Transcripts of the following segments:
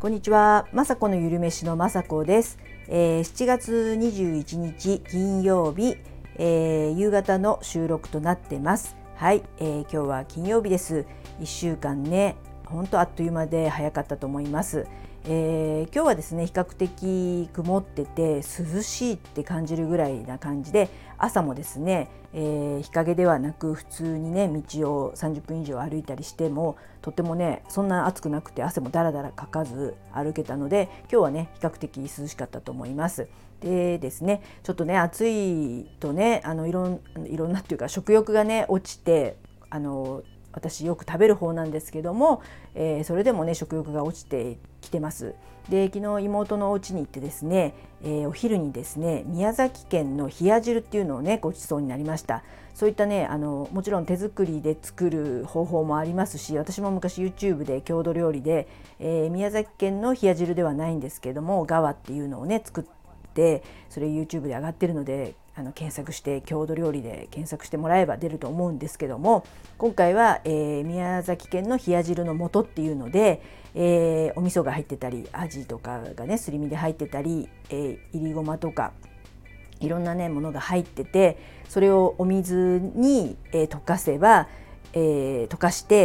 こんにちは、まさこのゆるめしのまさこです。7月21日金曜日、夕方の収録となってます。はい、今日は金曜日です。1週間ね、本当あっという間で早かったと思います。今日はですね、比較的曇ってて涼しいって感じるぐらいな感じで、朝もですね、日陰ではなく普通にね道を30分以上歩いたりしてもとってもねそんな暑くなくて汗もだらだらかかず歩けたので、今日はね比較的涼しかったと思います。でですね、ちょっとね暑いとねいろんなっていうか食欲がね落ちて、私よく食べる方なんですけども、それでもね食欲が落ちてきてます。で昨日妹のお家に行ってですね、お昼にですね宮崎県の冷や汁っていうのをねごちそうになりました。そういったねもちろん手作りで作る方法もありますし、私も昔 YouTube で郷土料理で、宮崎県の冷や汁ではないんですけどもガワっていうのをね作って、それ YouTube で上がってるので検索して郷土料理で検索してもらえば出ると思うんですけども、今回は、宮崎県の冷や汁の素っていうので、お味噌が入ってたりアジとかがねすり身で入ってたり、いりごまとかいろんなねものが入ってて、それをお水に、溶かせば、溶かして、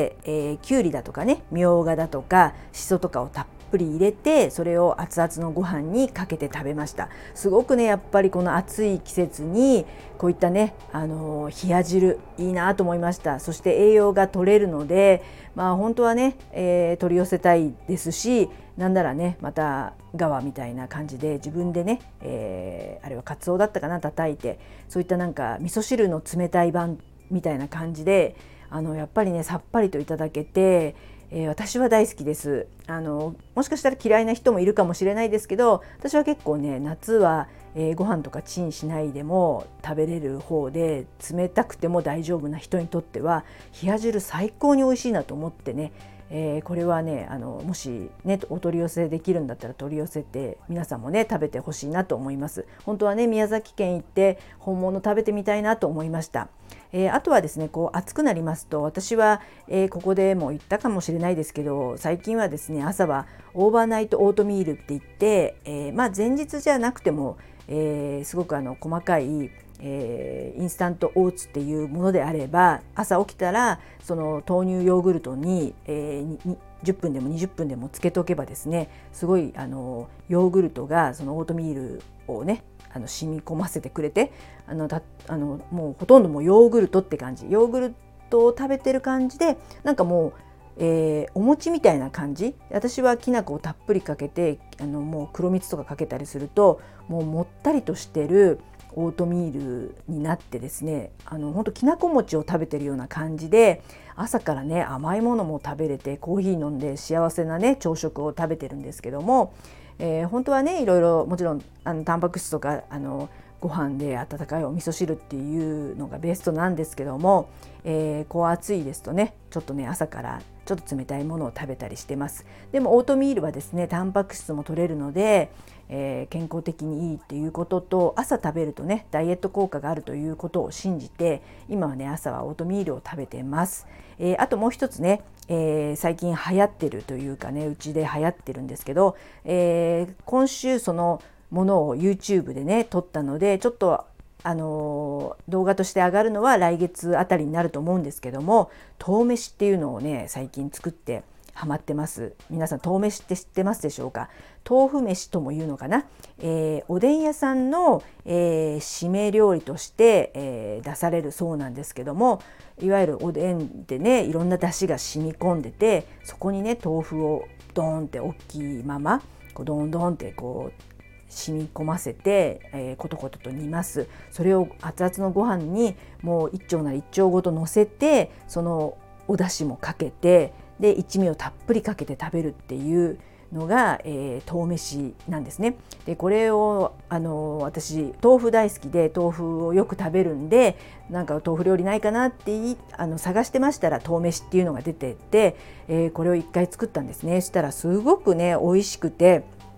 きゅうりだとかねみょうがだとかしそとかをたっぷり入れて、それを熱々のご飯にかけて食べました。すごくねやっぱりこの暑い季節にこういったね冷や汁いいなと思いました。そして栄養が取れるので、本当はね、取り寄せたいですし、なんならねまたガワみたいな感じで自分でね、あれはカツオだったかな叩いて、そういったなんか味噌汁の冷たい版みたいな感じでやっぱりねさっぱりといただけて、私は大好きです。もしかしたら嫌いな人もいるかもしれないですけど、私は結構ね夏は、ご飯とかチンしないでも食べれる方で、冷たくても大丈夫な人にとっては冷や汁最高に美味しいなと思ってね、これはねもしねお取り寄せできるんだったら取り寄せて皆さんもね食べてほしいなと思います。本当はね宮崎県行って本物食べてみたいなと思いました。あとはですねこう暑くなりますと、私は、ここでも言ったかもしれないですけど、最近はですね朝はオーバーナイトオートミールって言って、前日じゃなくても、すごく細かいインスタントオーツっていうものであれば、朝起きたらその豆乳ヨーグルトに、10分でも20分でもつけておけばですね、すごいヨーグルトがそのオートミールをね染み込ませてくれて、もうほとんどもうヨーグルトって感じ、ヨーグルトを食べてる感じで、なんかもう、お餅みたいな感じ。私はきな粉をたっぷりかけてもう黒蜜とかかけたりすると、もうもったりとしてるオートミールになってですね、ほんときなこ餅を食べてるような感じで、朝からね甘いものも食べれてコーヒー飲んで幸せなね朝食を食べてるんですけども、本当はねいろいろもちろんタンパク質とかご飯で温かいお味噌汁っていうのがベストなんですけども、こう暑いですとねちょっとね朝からちょっと冷たいものを食べたりしてます。でもオートミールはですねタンパク質も取れるので、健康的にいいっていうことと、朝食べるとねダイエット効果があるということを信じて、今はね朝はオートミールを食べてます。あともう一つね、最近流行ってるというかねうちで流行ってるんですけど、今週そのものを YouTube でね撮ったので、ちょっと動画として上がるのは来月あたりになると思うんですけども、豆飯っていうのをね最近作ってハマってます。皆さん豆飯って知ってますでしょうか。豆腐飯とも言うのかな、おでん屋さんの、締め料理として、出されるそうなんですけども、いわゆるおでんでねいろんな出汁が染み込んでて、そこにね豆腐をドーンって大きいままこうドンドンってこう染み込ませて、コトコトと煮ます。それを熱々のご飯にもう一丁なら一丁ごと乗せて、そのお出汁もかけて、で一味をたっぷりかけて食べるっていうのが、豆飯なんですね。でこれを私豆腐大好きで豆腐をよく食べるんで、なんか豆腐料理ないかなって探してましたら豆飯っていうのが出てて、これを一回作ったんですね。そしたらすごくね美味しくて、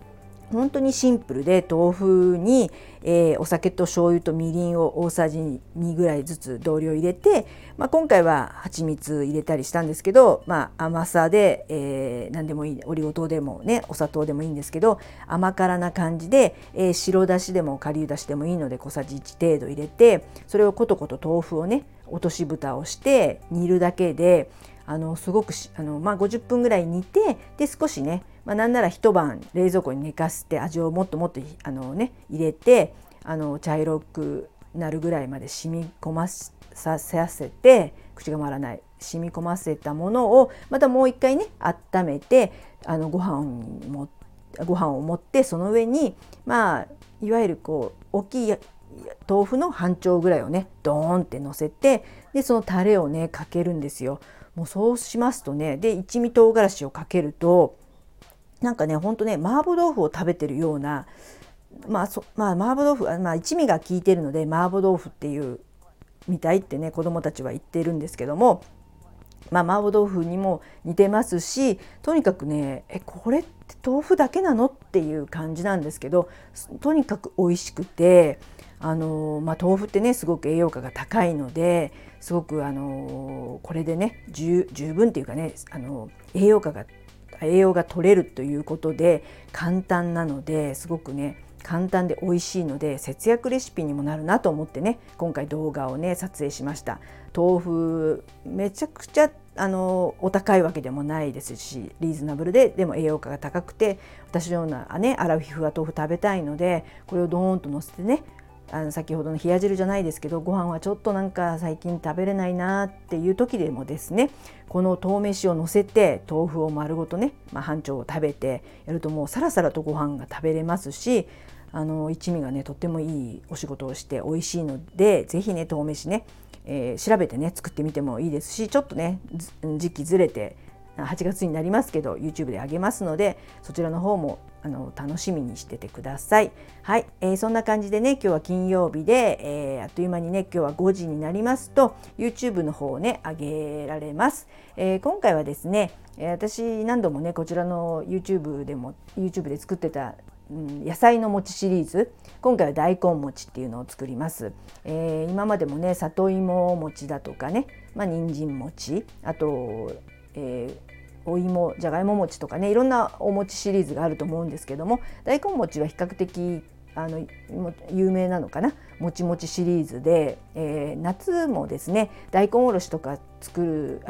本当にシンプルで、豆腐に、お酒と醤油とみりんを大さじ2ぐらいずつ同量入れて、今回は蜂蜜入れたりしたんですけど、甘さで、何でもいい、オリゴ糖でもね、お砂糖でもいいんですけど、甘辛な感じで、白だしでも顆粒だしでもいいので小さじ1程度入れて、それをコトコト豆腐をね落とし蓋をして煮るだけで、すごく50分ぐらい煮て、で少しね、なんなら一晩冷蔵庫に寝かせて味をもっと入れて、茶色くなるぐらいまで染み込まさせて、口が回らない、染み込ませたものをまたもう一回ね温めて、ご飯を盛って、その上にいわゆる大きい豆腐の半丁ぐらいをねドーンって乗せて、でそのタレをねかけるんですよ。もうそうしますとね、で一味唐辛子をかけると、なんかねほんとね麻婆豆腐を食べてるような、麻婆豆腐は、一味が効いてるので麻婆豆腐っていうみたいってね子どもたちは言ってるんですけども、麻婆豆腐にも似てますし、とにかくねこれって豆腐だけなのっていう感じなんですけど、とにかく美味しくて、豆腐ってねすごく栄養価が高いので、すごくこれでね十分っていうかね、栄養が取れるということで簡単なので、すごくね簡単で美味しいので節約レシピにもなるなと思ってね、今回動画をね撮影しました。豆腐めちゃくちゃお高いわけでもないですし、リーズナブルで、でも栄養価が高くて、私のようなねアラフィフは豆腐食べたいので、これをドーンと乗せてね、先ほどの冷や汁じゃないですけど、ご飯はちょっとなんか最近食べれないなっていう時でもですね、この豆飯を乗せて豆腐を丸ごとね、半丁を食べてやると、もうさらさらとご飯が食べれますし、一味がねとってもいいお仕事をして美味しいので、ぜひね豆飯ね、調べてね作ってみてもいいですし、ちょっとね時期ずれて8月になりますけど YouTube で上げますので、そちらの方も楽しみにしててください。はい、そんな感じでね今日は金曜日で、あっという間にね今日は5時になりますと YouTube の方をね上げられます。今回はですね、私何度もねこちらの YouTube で作ってた野菜の餅シリーズ、今回は大根餅っていうのを作ります。今までもね里芋餅だとかね、人参餅、あと、お芋じゃがいも餅とかね、いろんなお餅シリーズがあると思うんですけども、大根餅は比較的有名なのかな、もちもちシリーズで、夏もですね大根おろしとか使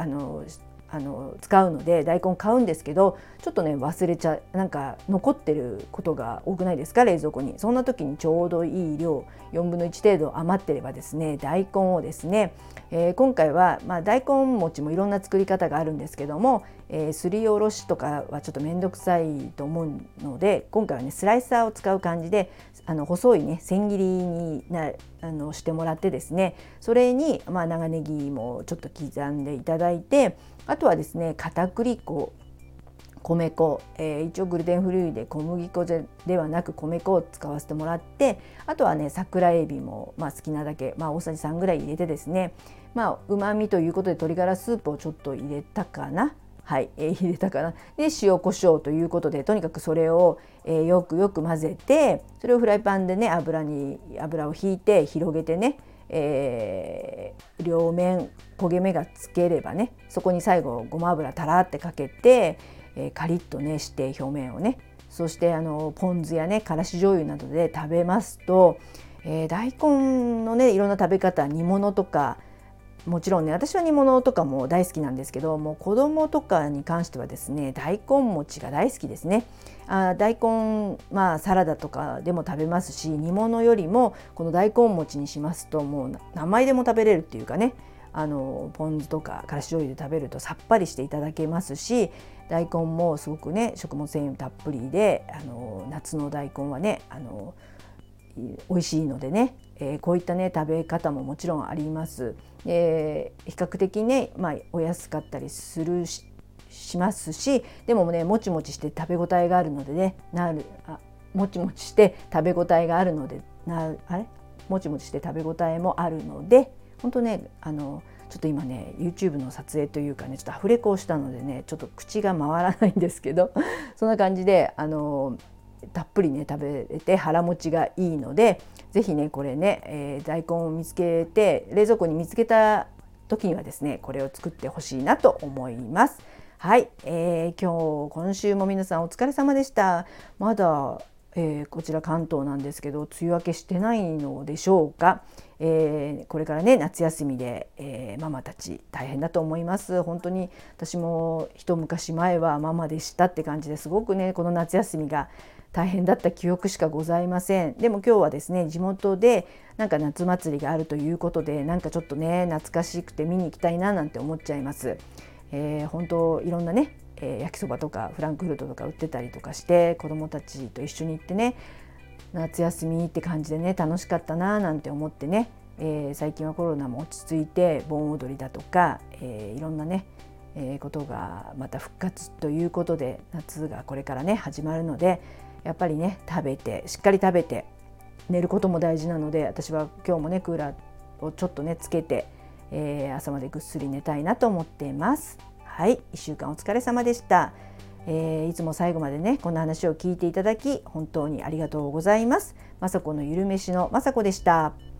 うので大根買うんですけど、ちょっとねなんか残ってることが多くないですか、冷蔵庫に。そんな時にちょうどいい量、4分の1程度余ってればですね、大根をですね、今回は、大根餅もいろんな作り方があるんですけども、すりおろしとかはちょっと面倒くさいと思うので、今回はねスライサーを使う感じで、細いね千切りにしてもらってですね、それに、長ネギもちょっと刻んでいただいて、あとはですね片栗粉、米粉、一応グルテンフリーで小麦粉ではなく米粉を使わせてもらって、あとはね桜エビも、好きなだけ、大さじ3ぐらい入れてですね、うまみということで鶏ガラスープをちょっと入れたかな、入れたかな。で塩コショウということで、とにかくそれを、よく混ぜて、それをフライパンでね油をひいて広げてね、両面焦げ目がつければね、そこに最後ごま油たらってかけて、カリッとねして表面をね、そしてポン酢やねからし醤油などで食べますと、大根のねいろんな食べ方、煮物とか、もちろんね私は煮物とかも大好きなんですけども、子供とかに関してはですね大根餅が大好きですね。大根サラダとかでも食べますし、煮物よりもこの大根餅にしますともう何枚でも食べれるっていうかね、ポン酢とかからし醤油で食べるとさっぱりしていただけますし、大根もすごくね食物繊維たっぷりで、夏の大根はね美味しいのでね、こういったね食べ方ももちろんあります。比較的ね、お安かったりしますし、でもねもちもちして食べ応えがあるのでね、もちもちして食べ応えがあるのでもちもちして食べ応えもあるので、本当ねちょっと今ね YouTube の撮影というかね、ちょっとアフレコをしたのでねちょっと口が回らないんですけどそんな感じでたっぷりね食べれて腹持ちがいいので、ぜひねこれね、大根を見つけて冷蔵庫に見つけた時にはですねこれを作ってほしいなと思います。はい、今週も皆さんお疲れ様でした。まだ、こちら関東なんですけど梅雨明けしてないのでしょうか。これからね夏休みで、ママたち大変だと思います。本当に私も一昔前はママでしたって感じですごくねこの夏休みが大変だった記憶しかございません。でも今日はですね地元でなんか夏祭りがあるということでなんかちょっとね懐かしくて見に行きたいななんて思っちゃいます。本当いろんなね、焼きそばとかフランクフルトとか売ってたりとかして子どもたちと一緒に行ってね夏休みって感じでね楽しかったななんて思ってね、最近はコロナも落ち着いて盆踊りだとか、いろんなね、ことがまた復活ということで夏がこれからね始まるのでやっぱりねしっかり食べて寝ることも大事なので私は今日もねクーラーをちょっとねつけて、朝までぐっすり寝たいなと思っています。はい、1週間お疲れ様でした。いつも最後までねこんな話を聞いていただき本当にありがとうございます。まさこのゆるめしのまさこでした。